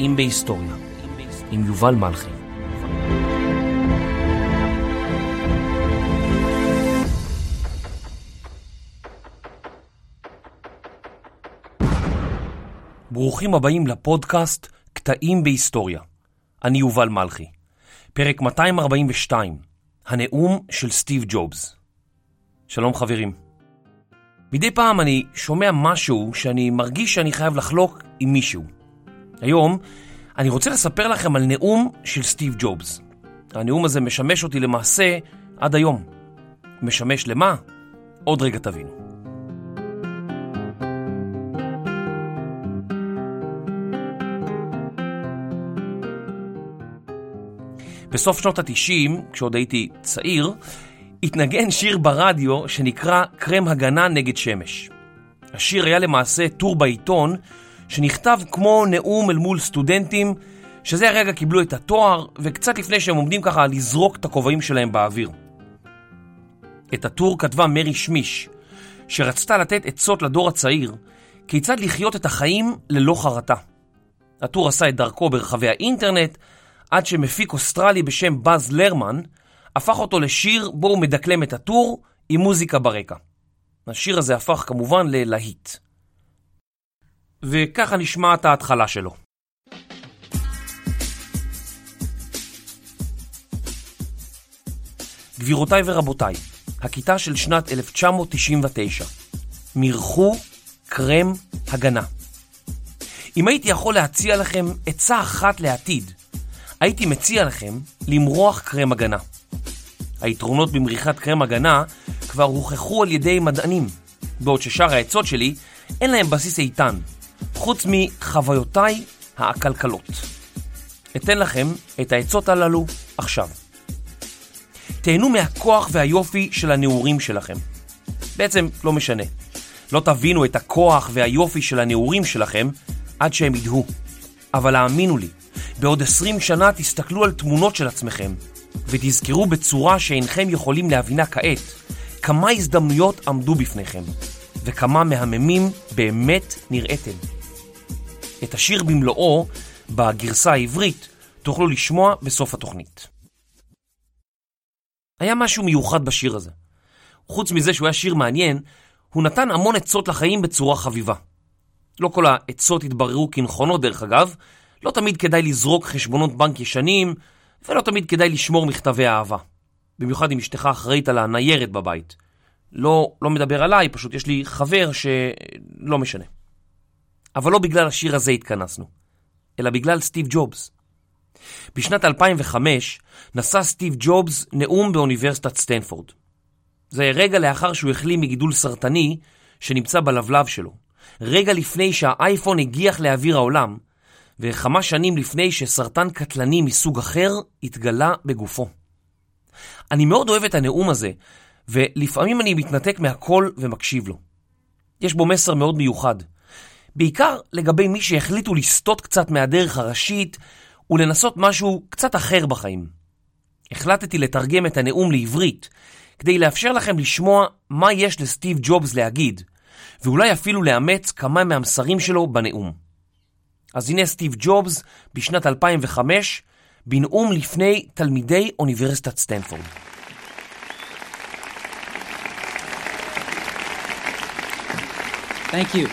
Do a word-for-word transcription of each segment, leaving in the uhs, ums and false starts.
קטעים בהיסטוריה, עם יובל מלכי. ברוכים הבאים לפודקאסט קטעים בהיסטוריה. אני יובל מלכי. פרק מאתיים ארבעים ושתיים, הנאום של סטיב ג'ובס. שלום חברים. מדי פעם אני שומע משהו שאני מרגיש שאני חייב לחלוק עם מישהו. היום אני רוצה לספר לכם על נאום של סטיב ג'ובס. הנאום הזה משמש אותי למעשה עד היום. משמש למה? עוד רגע תבינו. בסוף שנות ה-תשעים, כשעוד הייתי צעיר, התנגן שיר ברדיו שנקרא קרם הגנה נגד שמש. השיר היה למעשה טור בעיתון שנכתב כמו נאום אל מול סטודנטים, שזה הרגע קיבלו את התואר וקצת לפני שהם עומדים ככה לזרוק את הכובעים שלהם באוויר. את הטור כתבה מרי שמיש, שרצתה לתת עצות לדור הצעיר כיצד לחיות את החיים ללא חרטה. הטור עשה את דרכו ברחבי האינטרנט, עד שמפיק אוסטרלי בשם באז לרמן הפך אותו לשיר בו הוא מדקלם את הטור עם מוזיקה ברקע. השיר הזה הפך כמובן ללהיט. וככה נשמעת ההתחלה שלו. גבירותיי ורבותיי, הכיתה של שנת אלף תשע מאות תשעים ותשע. מרחו קרם הגנה. אם הייתי יכול להציע לכם עצה אחת לעתיד, הייתי מציע לכם למרוח קרם הגנה. היתרונות במריחת קרם הגנה כבר הוכחו על ידי מדענים, בעוד ששאר העצות שלי אין להם בסיס איתן, חוץ מחוויותיי הכלכלות. אתן לכם את העצות הללו עכשיו. תהנו מהכוח והיופי של הנעורים שלכם. בעצם לא משנה. לא תבינו את הכוח והיופי של הנעורים שלכם עד שהם ידהו. אבל האמינו לי, בעוד עשרים שנה תסתכלו על תמונות של עצמכם ותזכרו בצורה שאינכם יכולים להבינה כעת כמה הזדמנויות עמדו בפניכם וכמה מהממים באמת נראיתם. את השיר במלואו בגרסה העברית תוכלו לשמוע בסוף התוכנית. היה משהו מיוחד בשיר הזה. חוץ מזה שהוא היה שיר מעניין, הוא נתן המון עצות לחיים בצורה חביבה. לא כל העצות התבררו כנכונות דרך אגב, לא תמיד כדאי לזרוק חשבונות בנק ישנים, ולא תמיד כדאי לשמור מכתבי אהבה. במיוחד אם אשתך אחראית על הניירת בבית. לא, לא מדבר עליי, פשוט יש לי חבר שלא משנה. אבל לא בגלל השיר הזה התכנסנו, אלא בגלל סטיב ג'ובס. בשנת אלפיים וחמש נשא סטיב ג'ובס נאום באוניברסיטת סטנפורד. זה רגע לאחר שהוא החלים מגידול סרטני שנמצא בלבלב שלו. רגע לפני שהאייפון הגיח לאוויר העולם, וכמה שנים לפני שסרטן קטלני מסוג אחר התגלה בגופו. אני מאוד אוהב את הנאום הזה, ולפעמים אני מתנתק מהכל ומקשיב לו. יש בו מסר מאוד מיוחד, בעיקר לגבי מי שהחליטו לסטות קצת מהדרך הראשית ולנסות משהו קצת אחר בחיים. החלטתי לתרגם את הנאום לעברית, כדי לאפשר לכם לשמוע מה יש לסטיב ג'ובס להגיד, ואולי אפילו לאמץ כמה מהמסרים שלו בנאום. אז הנה סטיב ג'ובס בשנת אלפיים וחמש בנאום לפני תלמידי אוניברסיטת סטנפורד. Thank you.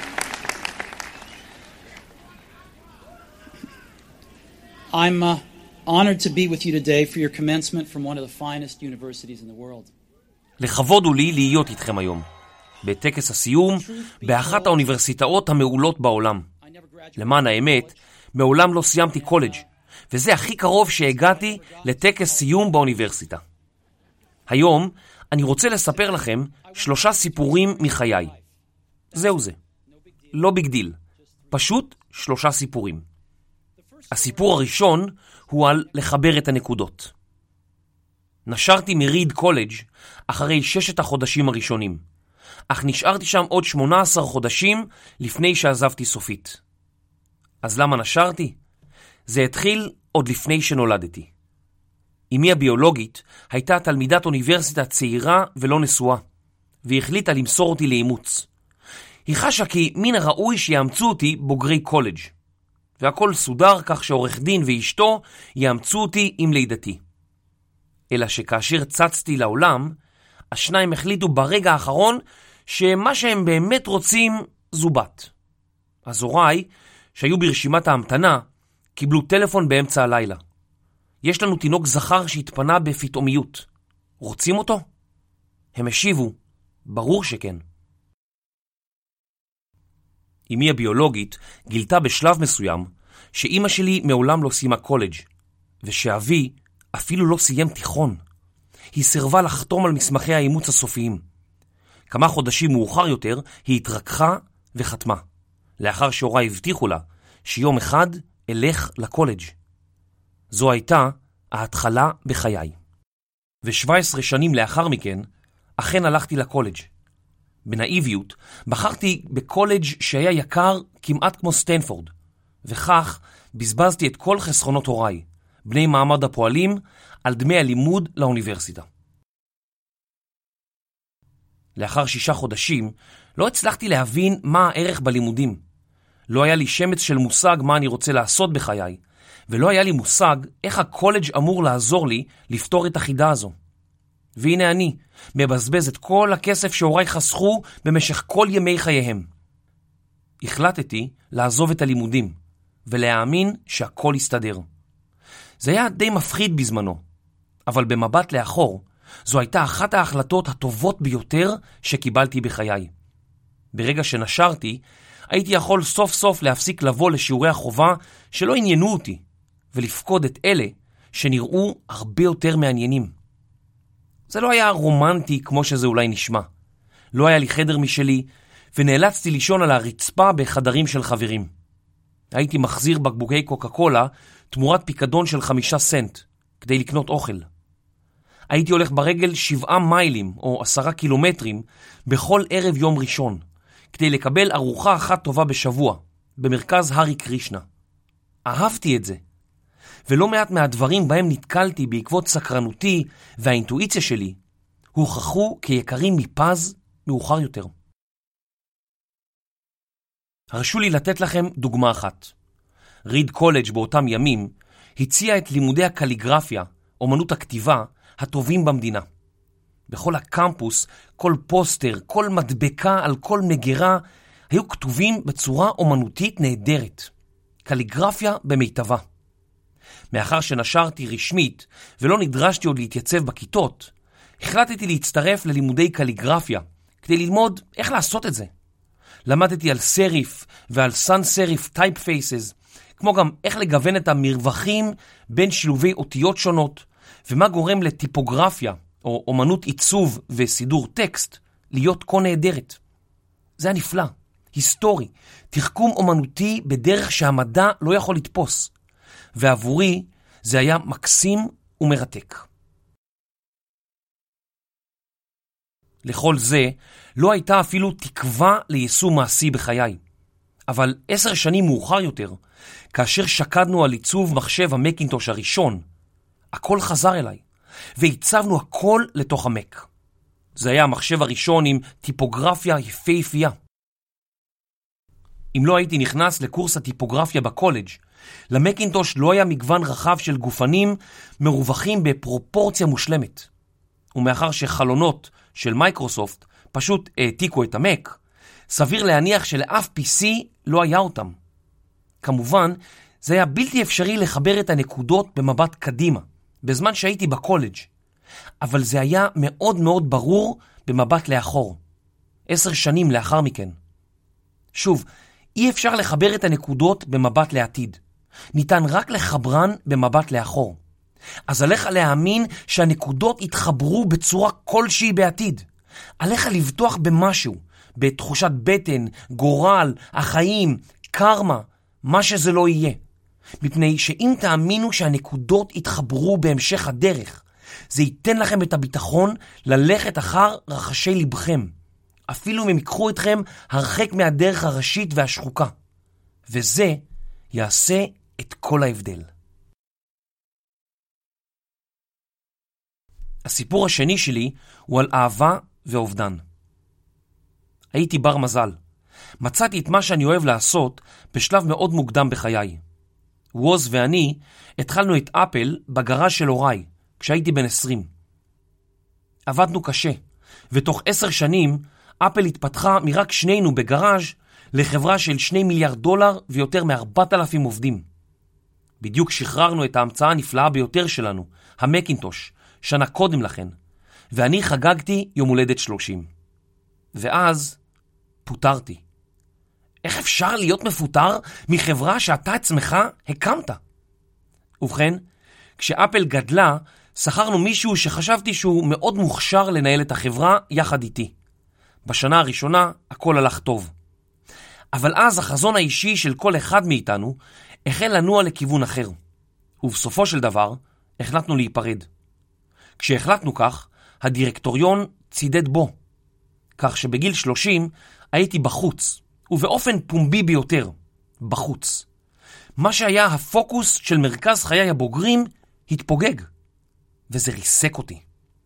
I'm uh, honored to be with you today for your commencement from one of the finest universities in the world. לכבוד הוא לי להיות איתכם היום, בטקס הסיום באחת האוניברסיטאות המעולות בעולם. למען האמת, מעולם לא סיימתי קולג', וזה הכי קרוב שהגעתי לטקס סיום באוניברסיטה. היום אני רוצה לספר לכם שלושה סיפורים מחיי. זהו זה. לא ביג דיל. פשוט שלושה סיפורים. הסיפור הראשון הוא על לחבר את הנקודות. נשרתי מריד קולג' אחרי ששת החודשים הראשונים, אך נשארתי שם עוד שמונה עשר חודשים לפני שעזבתי סופית. אז למה נשרתי? זה התחיל עוד לפני שנולדתי. אמי הביולוגית הייתה תלמידת אוניברסיטה צעירה ולא נשואה, והיא החליטה למסור אותי לאימוץ. היא חשה כי מן הראוי שיאמצו אותי בוגרי קולג'. והכל סודר כך שעורך דין ואשתו יאמצו אותי עם לידתי. אלא שכאשר צצתי לעולם, השניים החליטו ברגע האחרון שמה שהם באמת רוצים זו בת. אז הוריי, שהיו ברשימת ההמתנה, קיבלו טלפון באמצע הלילה. יש לנו תינוק זכר שהתפנה בפתאומיות. רוצים אותו? הם השיבו, ברור שכן. אמי הביולוגית גילתה בשלב מסוים שאמא שלי מעולם לא סיימה קולג' ושאבי אפילו לא סיים תיכון. היא סירבה לחתום על מסמכי האימוץ הסופיים. כמה חודשים מאוחר יותר היא התרככה וחתמה, לאחר שהוריי הבטיחו לה שיום אחד אלך לקולג'. זו הייתה ההתחלה בחיי. ו-שבע עשרה שנים לאחר מכן, אכן הלכתי לקולג'. בנאיביות, בחרתי בקולג' שהיה יקר כמעט כמו סטנפורד, וכך בזבזתי את כל חסכונות הוריי, בני מעמד הפועלים, על דמי הלימוד לאוניברסיטה. לאחר שישה חודשים, לא הצלחתי להבין מה הערך בלימודים. לא היה לי שמץ של מושג מה אני רוצה לעשות בחיי, ולא היה לי מושג איך הקולג' אמור לעזור לי לפתור את החידה הזו. והנה אני, מבזבז את כל הכסף שהוריי חסכו במשך כל ימי חייהם. החלטתי לעזוב את הלימודים, ולהאמין שהכל יסתדר. זה היה די מפחיד בזמנו, אבל במבט לאחור, זו הייתה אחת ההחלטות הטובות ביותר שקיבלתי בחיי. ברגע שנשרתי, הייתי יכול סוף סוף להפסיק לבוא לשיעורי החובה שלא עניינו אותי, ולפקוד את אלה שנראו הרבה יותר מעניינים. זה לא היה רומנטי כמו שזה אולי נשמע. לא היה לי חדר משלי, ונאלצתי לישון על הרצפה בחדרים של חברים. הייתי מחזיר בקבוקי קוקה קולה תמורת פיקדון של חמישה סנט, כדי לקנות אוכל. הייתי הולך ברגל שבעה מיילים או עשרה קילומטרים בכל ערב יום ראשון, כדי לקבל ארוחה אחת טובה בשבוע, במרכז הרי קרישנה. אהבתי את זה. ולא מעט מהדברים בהם נתקלתי בעקבות סקרנותי והאינטואיציה שלי, הוכחו כיקרים מפז מאוחר יותר. הרשו לי לתת לכם דוגמה אחת. ריד קולג' באותם ימים הציע את לימודי הקליגרפיה, אומנות הכתיבה, הטובים במדינה. בכל הקמפוס, כל פוסטר, כל מדבקה על כל מגירה, היו כתובים בצורה אומנותית נהדרת. קליגרפיה במיטבה. מאחר שנשרתי רשמית ולא נדרשתי עוד להתייצב בכיתות, החלטתי להצטרף ללימודי קליגרפיה, כדי ללמוד איך לעשות את זה. למדתי על סריף ועל סן סריף טייפ פייסס, כמו גם איך לגוון את המרווחים בין שילובי אותיות שונות, ומה גורם לטיפוגרפיה, או אומנות עיצוב וסידור טקסט, להיות כה נהדרת. זה היה נפלא, היסטורי, תחכום אומנותי בדרך שהמדע לא יכול לתפוס. ועבורי זה היה מקסים ומרתק. לכל זה לא הייתה אפילו תקווה ליישום מעשי בחיי. אבל עשר שנים מאוחר יותר, כאשר שקדנו על עיצוב מחשב המקינטוש הראשון, הכל חזר אליי, והצבנו הכל לתוך המק. זה היה המחשב הראשון עם טיפוגרפיה יפהפייה. אם לא הייתי נכנס לקורס הטיפוגרפיה בקולג', למקינטוש לא היה מגוון רחב של גופנים מרווחים בפרופורציה מושלמת. ומאחר שחלונות של מייקרוסופט פשוט העתיקו את המק, סביר להניח שלאף פי סי לא היה אותם. כמובן, זה היה בלתי אפשרי לחבר את הנקודות במבט קדימה, בזמן שהייתי בקולג', אבל זה היה מאוד מאוד ברור במבט לאחור, עשר שנים לאחר מכן. שוב, אי אפשר לחבר את הנקודות במבט לעתיד. ניתן רק לחברן במבט לאחור. אז עליך להאמין שהנקודות יתחברו בצורה כלשהי בעתיד. עליך לבטוח במשהו, בתחושת בטן, גורל, החיים, קרמה, מה שזה לא יהיה. מפני שאם תאמינו שהנקודות יתחברו בהמשך הדרך, זה ייתן לכם את הביטחון ללכת אחר רחשי לבכם. אפילו אם הם יקחו אתכם הרחק מהדרך הראשית והשחוקה. וזה יעשה את כל ההבדל. הסיפור השני שלי הוא על אהבה ואובדן. הייתי בר מזל. מצאתי את מה שאני אוהב לעשות בשלב מאוד מוקדם בחיי, ווז ואני התחלנו את אפל בגראז' של הוריי, כשהייתי בן עשרים. עבדנו קשה, ותוך עשר שנים אפל התפתחה מרק שנינו בגראז' לחברה של שני מיליארד דולר ויותר מארבעת אלפים עובדים. בדיוק שחררנו את ההמצאה הנפלאה ביותר שלנו, המקינטוש, שנה קודם לכן, ואני חגגתי יום הולדת שלושים. ואז פוטרתי. איך אפשר להיות מפוטר מחברה שאתה עצמך הקמת? ובכן, כשאפל גדלה, שכרנו מישהו שחשבתי שהוא מאוד מוכשר לנהל את החברה יחד איתי. בשנה הראשונה הכל הלך טוב. אבל אז החזון האישי של כל אחד מאיתנו החל לנוע לכיוון אחר. ובסופו של דבר החלטנו להיפרד. כשהחלטנו כך, הדירקטוריון צידד בו. כך שבגיל שלושים הייתי בחוץ, ובאופן פומבי ביותר, בחוץ. מה שהיה הפוקוס של מרכז חיי הבוגרים התפוגג, וזה ריסק אותי.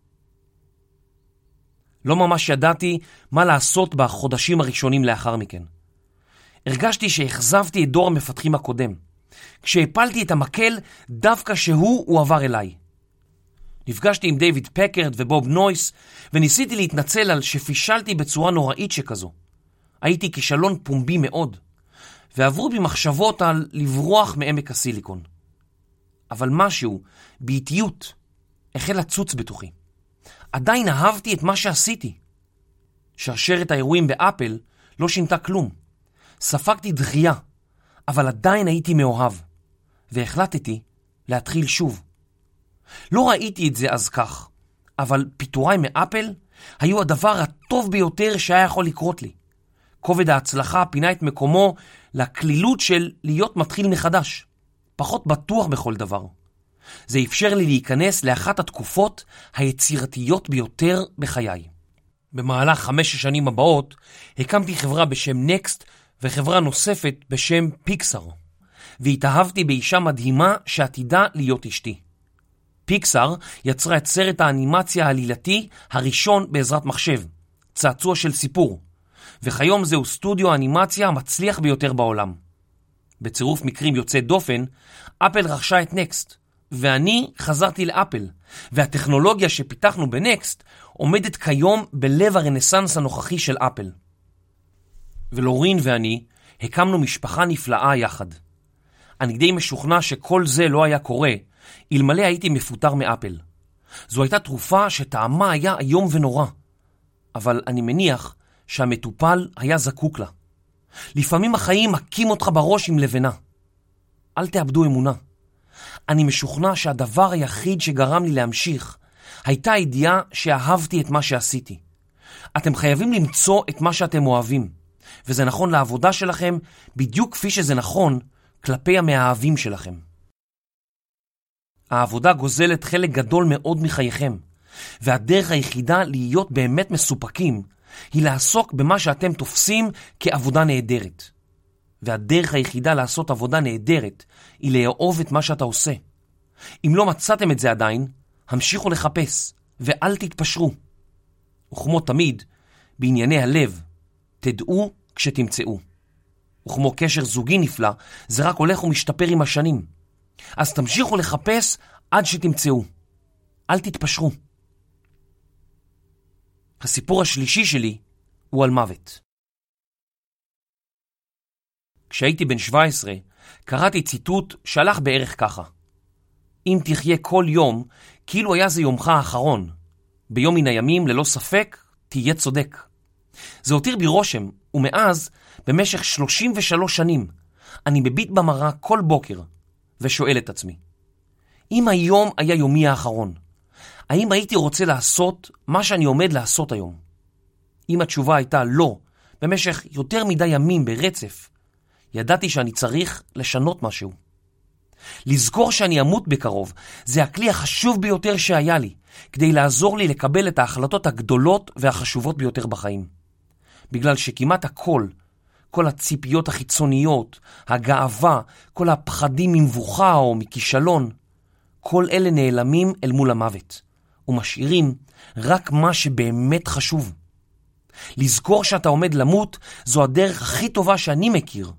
לא ממש ידעתי מה לעשות בחודשים הראשונים לאחר מכן. הרגשתי שהחזבתי את דור המפתחים הקודם, כשהפלתי את המקל דווקא שהוא הוא עבר אליי. נפגשתי עם דיוויד פקרד ובוב נויס, וניסיתי להתנצל על שפישלתי בצורה נוראית שכזו. הייתי כישלון פומבי מאוד, ועברו בי מחשבות על לברוח מעמק הסיליקון. אבל משהו, באיטיות, החל לצוץ בתוכי. עדיין אהבתי את מה שעשיתי. שרשרת האירועים באפל לא שינתה כלום. ספגתי דחייה, אבל עדיין הייתי מאוהב, והחלטתי להתחיל שוב. לא ראיתי את זה אז כך, אבל פיטוריי מאפל היו הדבר הטוב ביותר שהיה יכול לקרות לי. כובד ההצלחה פינה את מקומו לכלילות של להיות מתחיל מחדש, פחות בטוח בכל דבר. זה אפשר לי להיכנס לאחת התקופות היצירתיות ביותר בחיי. במהלך חמש השנים הבאות הקמתי חברה בשם נקסט וחברה נוספת בשם פיקסאר, והתאהבתי באישה מדהימה שעתידה להיות אשתי. פיקסאר יצרה את סרט האנימציה העלילתי הראשון בעזרת מחשב, צעצוע של סיפור, וכיום זהו סטודיו האנימציה המצליח ביותר בעולם. בצירוף מקרים יוצא דופן, אפל רכשה את נקסט, ואני חזרתי לאפל, והטכנולוגיה שפיתחנו בנקסט עומדת כיום בלב הרנסנס הנוכחי של אפל. ולורין ואני הקמנו משפחה נפלאה יחד. אני די משוכנע שכל זה לא היה קורה, אלמלא הייתי מפוטר מאפל. זו הייתה תרופה שטעמה היה היום ונורא, אבל אני מניח שהמטופל היה זקוק לה. לפעמים החיים מכים אותך בראש עם לבנה. אל תאבדו אמונה. אני משוכנע שהדבר היחיד שגרם לי להמשיך הייתה הידיעה שאהבתי את מה שעשיתי. אתם חייבים למצוא את מה שאתם אוהבים, וזה נכון לעבודה שלכם בדיוק כפי שזה נכון כלפי המאהבים שלכם. העבודה גוזלת חלק גדול מאוד מחייכם, והדרך היחידה להיות באמת מסופקים היא לעסוק במה שאתם תופסים כעבודה נהדרת. והדרך היחידה לעשות עבודה נהדרת היא לאהוב את מה שאתה עושה. אם לא מצאתם את זה עדיין, המשיכו לחפש ואל תתפשרו. וכמו תמיד, בענייני הלב, תדעו כשתמצאו. וכמו קשר זוגי נפלא, זה רק הולך ומשתפר עם השנים. אז תמשיכו לחפש עד שתמצאו. אל תתפשרו. הסיפור השלישי שלי הוא על מוות. כשהייתי בן שבע עשרה, קראתי ציטוט שהלך בערך ככה: אם תחיה כל יום, כאילו היה זה יומך האחרון, ביום מן הימים ללא ספק תהיה צודק. זה הותיר בי רושם, ומאז, במשך שלושים ושלוש שנים, אני מביט במראה כל בוקר, ושואל את עצמי, אם היום היה יומי האחרון, האם הייתי רוצה לעשות מה שאני עומד לעשות היום? אם התשובה הייתה לא, במשך יותר מדי ימים ברצף, ידעתי שאני צריך לשנות משהו. לזכור שאני אמות בקרוב, זה הכלי החשוב ביותר שהיה לי, כדי לעזור לי לקבל את ההחלטות הגדולות והחשובות ביותר בחיים. בגלל שכמעט הכל, כל הציפיות החיצוניות, הגאווה, כל הפחדים ממבוכה או מכישלון, כל אלה נעלמים אל מול המוות, ומשאירים רק מה שבאמת חשוב. לזכור שאתה עומד למות זו הדרך הכי טובה שאני מכיר,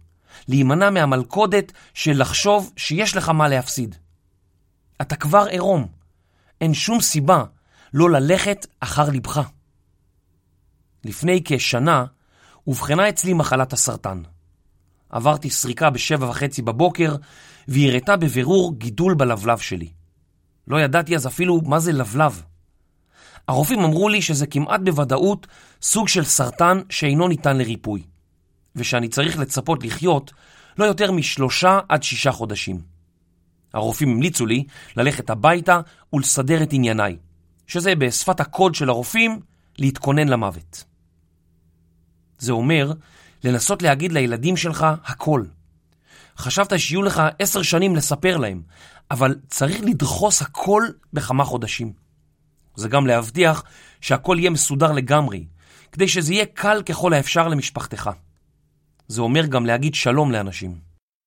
להימנע מהמלכודת של לחשוב שיש לך מה להפסיד. אתה כבר עירום. אין שום סיבה לא ללכת אחר לבך. לפני כשנה הובחנה אצלי מחלת הסרטן. עברתי סריקה בשבע וחצי בבוקר, והיא הראתה בבירור גידול בלבלב שלי. לא ידעתי אז אפילו מה זה לבלב. הרופאים אמרו לי שזה כמעט בוודאות סוג של סרטן שאינו ניתן לריפוי, ושאני צריך לצפות לחיות לא יותר משלושה עד שישה חודשים. הרופאים המליצו לי ללכת הביתה ולסדר את ענייניי, שזה בשפת הקוד של הרופאים להתכונן למוות. זה אומר לנסות להגיד לילדים שלך הכל. חשבת שיהיו לך עשר שנים לספר להם, אבל צריך לדחוס הכל בכמה חודשים. זה גם להבטיח שהכל יהיה מסודר לגמרי, כדי שזה יהיה קל ככל האפשר למשפחתך. זה אומר גם להגיד שלום לאנשים.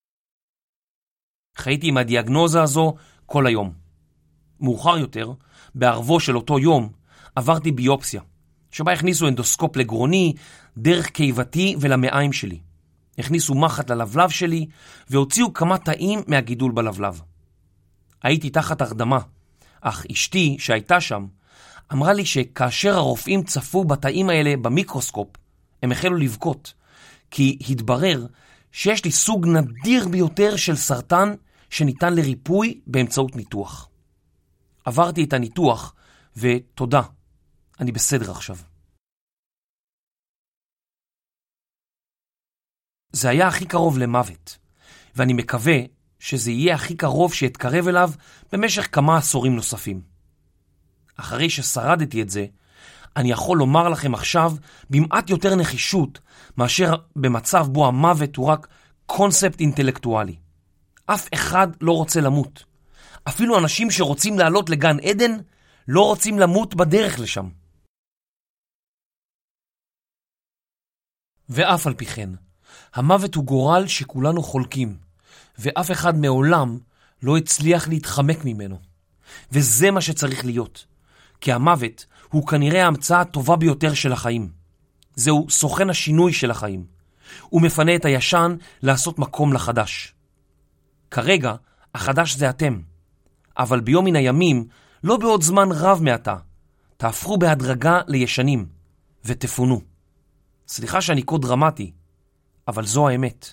חייתי עם הדיאגנוזה הזו כל היום. מאוחר יותר, בערבו של אותו יום, עברתי ביופסיה, שבה הכניסו אנדוסקופ לגרוני, דרך קיבתי ולמעיים שלי. הכניסו מחט ללבלב שלי, והוציאו כמה תאים מהגידול בלבלב. הייתי תחת הרדמה, אך אשתי שהייתה שם, אמרה לי שכאשר הרופאים צפו בתאים האלה במיקרוסקופ, הם החלו לבכות, כי התברר שיש לי סוג נדיר ביותר של סרטן שניתן לריפוי באמצעות ניתוח. עברתי את הניתוח, ותודה, אני בסדר עכשיו. זה היה הכי קרוב למוות, ואני מקווה שזה יהיה הכי קרוב שיתקרב אליו במשך כמה עשורים נוספים. אחרי ששרדתי את זה, אני יכול לומר לכם עכשיו במעט יותר נחישות מאשר במצב בו המוות הוא רק קונספט אינטלקטואלי. אף אחד לא רוצה למות. אפילו אנשים שרוצים לעלות לגן עדן לא רוצים למות בדרך לשם. ואף על פי כן, המוות הוא גורל שכולנו חולקים, ואף אחד מעולם לא הצליח להתחמק ממנו. וזה מה שצריך להיות, כי המוות הוא כנראה ההמצאה הטובה ביותר של החיים. זהו סוכן השינוי של החיים. הוא מפנה את הישן לעשות מקום לחדש. כרגע החדש זה אתם, אבל ביום מן הימים, לא בעוד זמן רב מעתה, תהפכו בהדרגה לישנים ותפונו. סליחה שאני כה דרמטי, אבל זו האמת.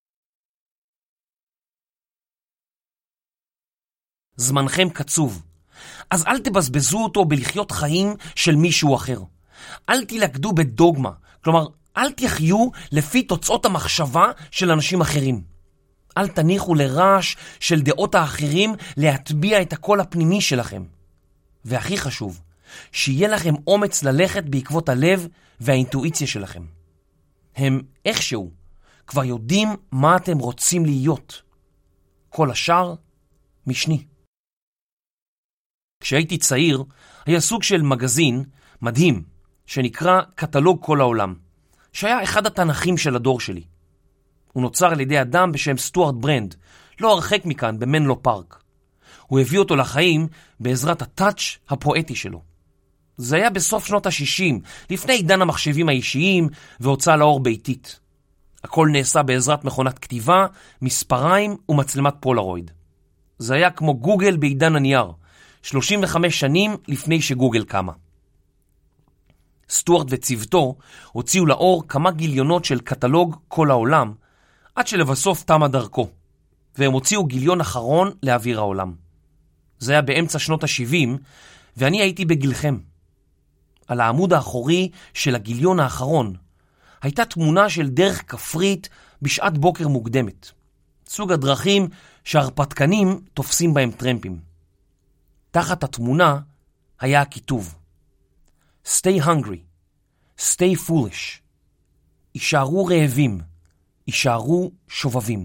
זמנכם קצוב, אז אל תבזבזו אותו בלחיות חיים של מישהו אחר. אל תלכדו בדוגמה, כלומר, אל תחיו לפי תוצאות המחשבה של אנשים אחרים. אל תניחו לרעש של דעות האחרים להטביע את הקול הפנימי שלכם. והכי חשוב, שיהיה לכם אומץ ללכת בעקבות הלב והאינטואיציה שלכם. הם איכשהו כבר יודעים מה אתם רוצים להיות. כל השאר משני. כשהייתי צעיר, היה סוג של מגזין מדהים שנקרא קטלוג כל העולם, שהיה אחד התנכים של הדור שלי. הוא נוצר על ידי אדם בשם סטוארט ברנד, לא הרחק מכאן במנלו פארק. הוא הביא אותו לחיים בעזרת הטאץ' הפואטי שלו. זה היה בסוף שנות ה-שישים, לפני עידן המחשבים האישיים והוצאה לאור ביתית. הכל נעשה בעזרת מכונת כתיבה, מספריים ומצלמת פולרויד. זה היה כמו גוגל בעידן הנייר, שלושים וחמש שנים לפני שגוגל קמה. סטוארט וצוותו הוציאו לאור כמה גיליונות של קטלוג כל העולם, עד שלבסוף תמה דרכו, והם הוציאו גיליון אחרון לאוויר העולם. זה היה באמצע שנות ה-שבעים, ואני הייתי בגילכם. על העמוד האחורי של הגיליון האחרון הייתה תמונה של דרך כפרית בשעת בוקר מוקדמת, סוג הדרכים שהרפתקנים תופסים בהם טרמפים. תחת התמונה היה הכיתוב: Stay hungry, stay foolish. יישארו רעבים, יישארו שובבים.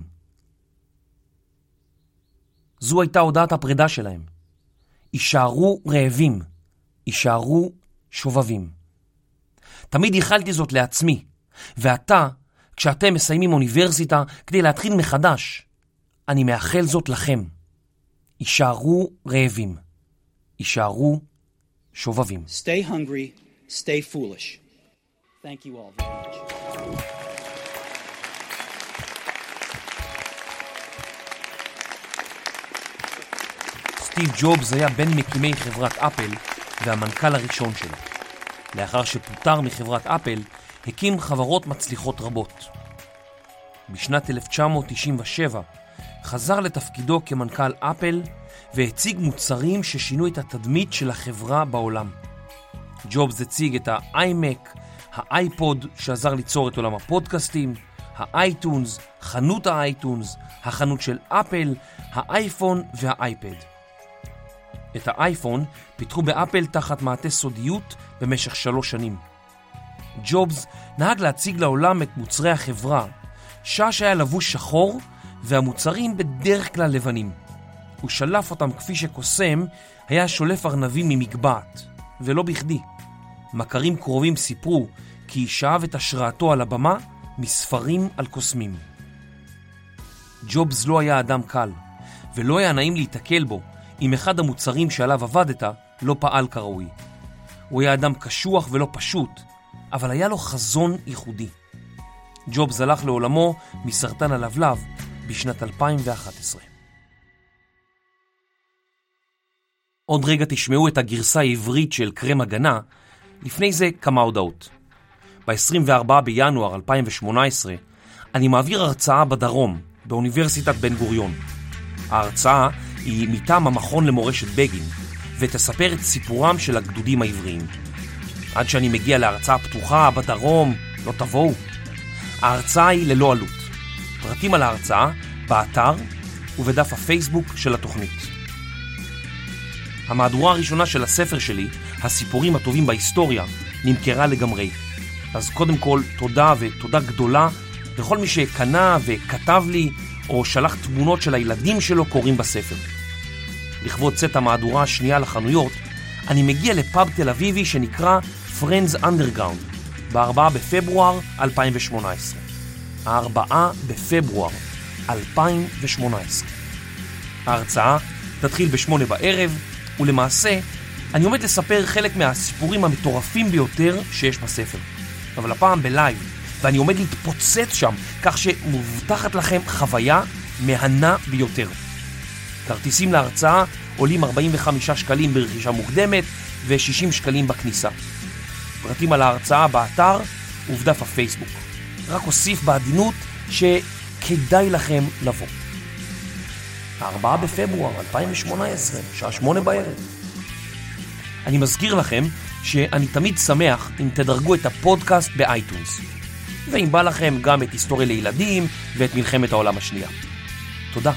זו הייתה הודעת הפרידה שלהם. יישארו רעבים, יישארו שובבים. תמיד ייחלתי זאת לעצמי, ועתה, כשאתם מסיימים אוניברסיטה כדי להתחיל מחדש, אני מאחל זאת לכם. יישארו רעבים, יישארו שובבים. Stay hungry, stay foolish. Thank you all very much. סטיב ג'ובס היה בין מקימי חברת אפל והמנכ"ל הראשון שלה. לאחר שפוטר מחברת אפל, הקים חברות מצליחות רבות. בשנת אלף תשע מאות תשעים ושבע חזר לתפקידו כמנכ"ל אפל והציג מוצרים ששינו את התדמית של החברה בעולם. ג'ובס הציג את האיימק, האייפוד שעזר ליצור את עולם הפודקאסטים, האייטונס, חנות האייטונס, החנות של אפל, האייפון והאייפד. את האייפון פיתחו באפל תחת מעטה סודיות במשך שלוש שנים. ג'ובס נהג להציג לעולם את מוצרי החברה, שעה שהיה לבוש שחור והמוצרים בדרך כלל לבנים. הוא שלף אותם כפי שקוסם היה שולף ארנבים ממגבעת, ולא בכדי. מכרים קרובים סיפרו כי שאב את השראתו על הבמה מספרים על קוסמים. ג'ובס לא היה אדם קל, ולא היה נעים להתקל בו אם אחד המוצרים שעליו עבדת לא פעל כראוי. הוא היה אדם קשוח ולא פשוט, אבל היה לו חזון ייחודי. ג'ובס הלך לעולמו מסרטן הלבלב בשנת אלפיים ואחת עשרה. עוד רגע תשמעו את הגרסה העברית של קרם הגנה, לפני זה כמה הודעות. ב-עשרים וארבעה בינואר אלפיים ושמונה עשרה אני מעביר הרצאה בדרום, באוניברסיטת בן גוריון. ההרצאה היא מטעם המכון למורשת בגין, ותספר את סיפורם של הגדודים העבריים. עד שאני מגיע להרצאה פתוחה בדרום, לא תבואו. ההרצאה היא ללא עלות. פרטים על ההרצאה באתר ובדף הפייסבוק של התוכנית. המהדורה הראשונה של הספר שלי, הסיפורים הטובים בהיסטוריה, נמכרה לגמרי. אז קודם כל תודה ותודה גדולה לכל מי שקנה וכתב לי או שלח תמונות של הילדים שלו קוראים בספר. לכבוד צאת המהדורה השנייה לחנויות, אני מגיע לפאב תל אביבי שנקרא Friends Underground ב-ארבעה בפברואר אלפיים ושמונה עשרה. הארבעה בפברואר אלפיים ושמונה עשרה. ההרצאה תתחיל בשמונה בערב, ולמעשה אני עומד לספר חלק מהסיפורים המטורפים ביותר שיש בספר. אבל הפעם בלייב, ואני עומד להתפוצץ שם, כך שמובטחת לכם חוויה מהנה ביותר. כרטיסים להרצאה עולים ארבעים וחמישה שקלים ברכישה מוקדמת ו-שישים שקלים בכניסה. פרטים על ההרצאה באתר ובדף הפייסבוק. רק אוסיף בעדינות שכדאי לכם לבוא. הארבעה בפברואר אלפיים ושמונה עשרה, שעה שמונה בערב. אני מזכיר לכם שאני תמיד שמח אם תדרגו את הפודקאסט באייטונס. ואם בא לכם גם את היסטוריה לילדים ואת מלחמת העולם השנייה. תודה.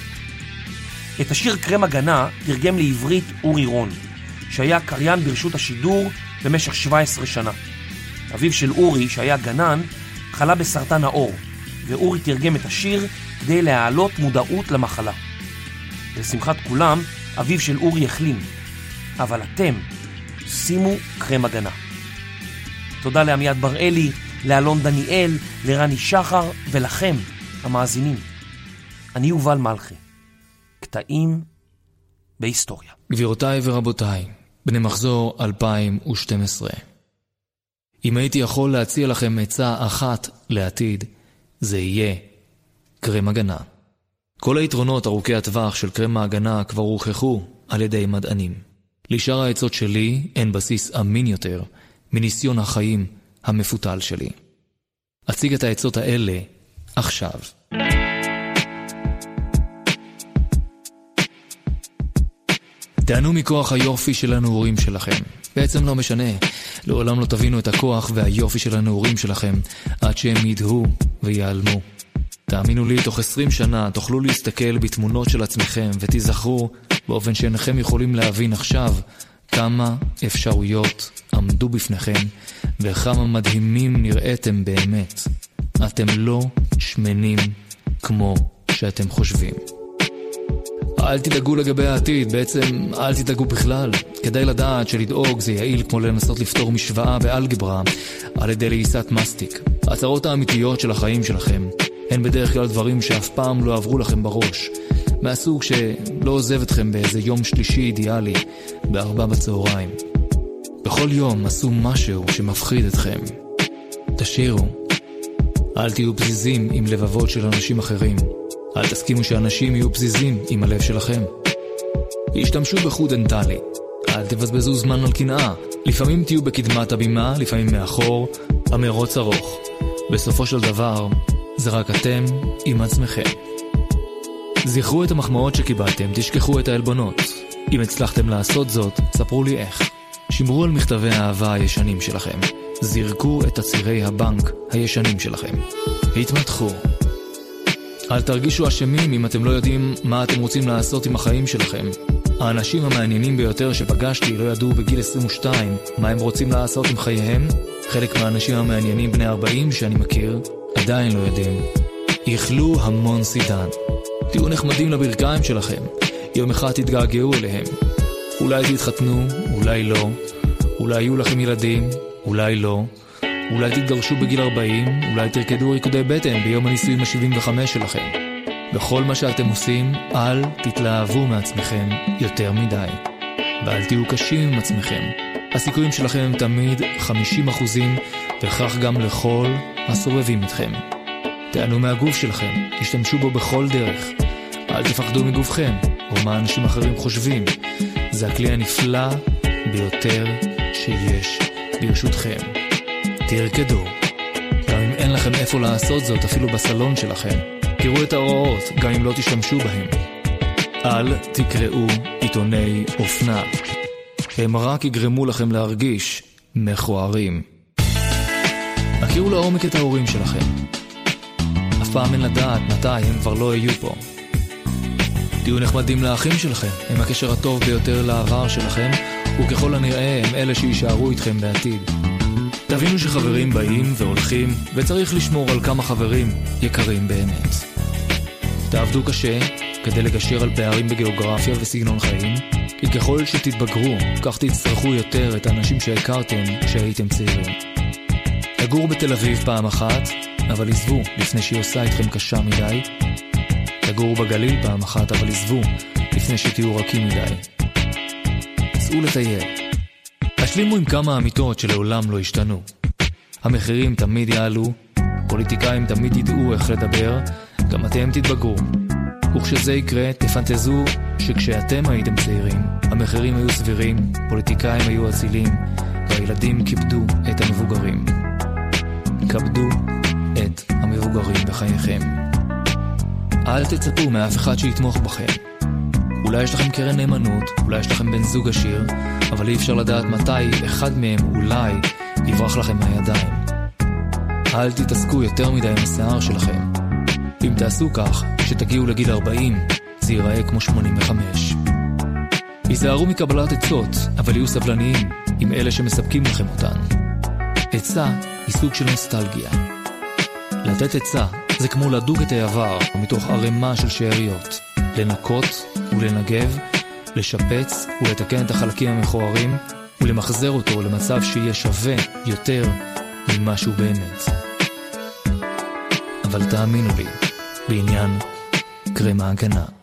את השיר קרם הגנה תרגם לעברית אורי רון, שהיה קריין ברשות השידור במשך שבע עשרה שנה. אביו של אורי, שהיה גנן, חלה בסרטן העור, ואורי תרגם את השיר כדי להעלות מודעות למחלה. לשמחת כולם, אביו של אורי החלים. אבל אתם, שימו קרם הגנה. תודה לעמיעד בראלי, לאלון דניאל, לרני שחר ולכם, המאזינים. אני יובל מלכי. קטעים בהיסטוריה. גבירותיי ורבותיי, בני מחזור אלפיים ושתים עשרה. אם הייתי יכול להציע לכם עצה אחת לעתיד, זה יהיה קרם הגנה. כל היתרונות ארוכי הטווח של קרם ההגנה כבר הוכחו על ידי מדענים. לשאר העצות שלי אין בסיס אמין יותר מניסיון החיים המפותל שלי. אציג את העצות האלה עכשיו. תענו מכוח היופי של הנעורים שלכם. בעצם לא משנה, לעולם לא תבינו את הכוח והיופי של הנעורים שלכם עד שהם ידהו ויעלמו. תאמינו לי, תוך עשרים שנה תוכלו להסתכל בתמונות של עצמכם ותיזכרו באופן שאינכם יכולים להבין עכשיו כמה אפשרויות עמדו בפניכם וכמה מדהימים נראיתם באמת. אתם לא שמנים כמו שאתם חושבים. אל תדאגו לגבי העתיד, בעצם אל תדאגו בכלל. כדאי לדעת שלדאוג זה יעיל כמו לנסות לפתור משוואה באלגברה על ידי לעיסת מסטיק. הצרות האמיתיות של החיים שלכם הן בדרך כלל דברים שאף פעם לא עברו לכם בראש, מהסוג שלא עוזב אתכם באיזה יום שלישי אידיאלי בארבע בצהריים. בכל יום עשו משהו שמפחיד אתכם. תשאירו. אל תהיו פזיזים עם לבבות של אנשים אחרים. אל תסכימו שאנשים יהיו פזיזים עם הלב שלכם. השתמשו בחוט דנטלי. אל תבזבזו זמן על קנאה. לפעמים תהיו בקדמת הבימה, לפעמים מאחור. המרוץ ארוך. בסופו של דבר, זה רק אתם עם עצמכם. זכרו את המחמאות שקיבלתם, תשכחו את העלבונות. אם הצלחתם לעשות זאת, ספרו לי איך. שמרו על מכתבי האהבה הישנים שלכם. זרקו את תצהירי הבנק הישנים שלכם. התמתחו. אל תרגישו אשמים אם אתם לא יודעים מה אתם רוצים לעשות עם החיים שלכם. האנשים המעניינים ביותר שפגשתי לא ידעו בגיל עשרים ושתיים מה הם רוצים לעשות עם חייהם. חלק מהאנשים המעניינים בני ארבעים שאני מכיר עדיין לא יודעים. יאכלו המון סידן. תהיו נחמדים לברכיים שלכם. יום אחד תתגעגעו אליהם. אולי תתחתנו, אולי לא. אולי יהיו לכם ילדים, אולי לא. אולי תתגרשו בגיל ארבעים, אולי תרקדו ריקודי בטן ביום הנישואים ה-שבעים וחמש שלכם. בכל מה שאתם עושים, אל תתלהבו מעצמכם יותר מדי. ואל תהיו קשים עם עצמכם. הסיכויים שלכם הם תמיד חמישים אחוזים, וכך גם לכל הסובבים אתכם. תענו מהגוף שלכם, תשתמשו בו בכל דרך. אל תפחדו מגופכם, או מה אנשים אחרים חושבים. זה הכלי הנפלא ביותר שיש ברשותכם. תרקדו. גם אם אין לכם איפה לעשות זאת, אפילו בסלון שלכם. תראו את ההוראות, גם אם לא תשתמשו בהם. אל תקראו עיתוני אופנה. הם רק יגרמו לכם להרגיש מכוערים. הכירו לעומק את ההורים שלכם. אף פעם אין לדעת מתי הם כבר לא יהיו פה. תהיו נחמדים לאחים שלכם, הם הקשר הטוב ביותר לעבר שלכם, וככל הנראה הם אלה שישארו איתכם בעתיד. תבינו שחברים באים והולכים, וצריך לשמור על כמה חברים יקרים באמת. תעבדו קשה כדי לגשר על פערים בגיאוגרפיה וסגנון חיים, כי ככל שתתבגרו, כך תצטרכו יותר את האנשים שהכרתם כשהייתם צעירים. תגורו בתל אביב פעם אחת, אבל עזבו לפני שהיא עושה איתכם קשה מדי. תגורו בגליל פעם אחת, אבל עזבו לפני שתהיו רכים מדי. צאו לטייל. השלימו עם כמה אמיתות שלעולם לא השתנו. המחירים תמיד יעלו, פוליטיקאים תמיד ידעו איך לדבר, גם אתם תתבגרו. וכשזה יקרה, תפנטזו שכשאתם הייתם צעירים, המחירים היו סבירים, פוליטיקאים היו אצילים, והילדים כיבדו את המבוגרים. כבדו את המבוגרים בחייכם. אל תצפו מאף אחד שיתמוך בכם. אולי יש לכם קרן נאמנות, אולי יש לכם בן זוג עשיר, אבל אי אפשר לדעת מתי אחד מהם אולי יברח לכם מהידיים. אל תתעסקו יותר מדי עם השיער שלכם. אם תעשו כך, שתגיעו לגיל ארבעים, זה ייראה כמו שמונים וחמש. היזהרו מקבלת עצות, אבל יהיו סבלניים עם אלה שמספקים לכם אותן. עצה היא סוג של נוסטלגיה. לתת עצה זה כמו לדוג את העבר מתוך ערימה של שאריות. לנקות ולנגב, לשפץ ולתקן את החלקים המכוערים, ולמחזר אותו למצב שיהיה שווה יותר ממשהו באמת. אבל תאמינו לי, בעניין קרם ההגנה.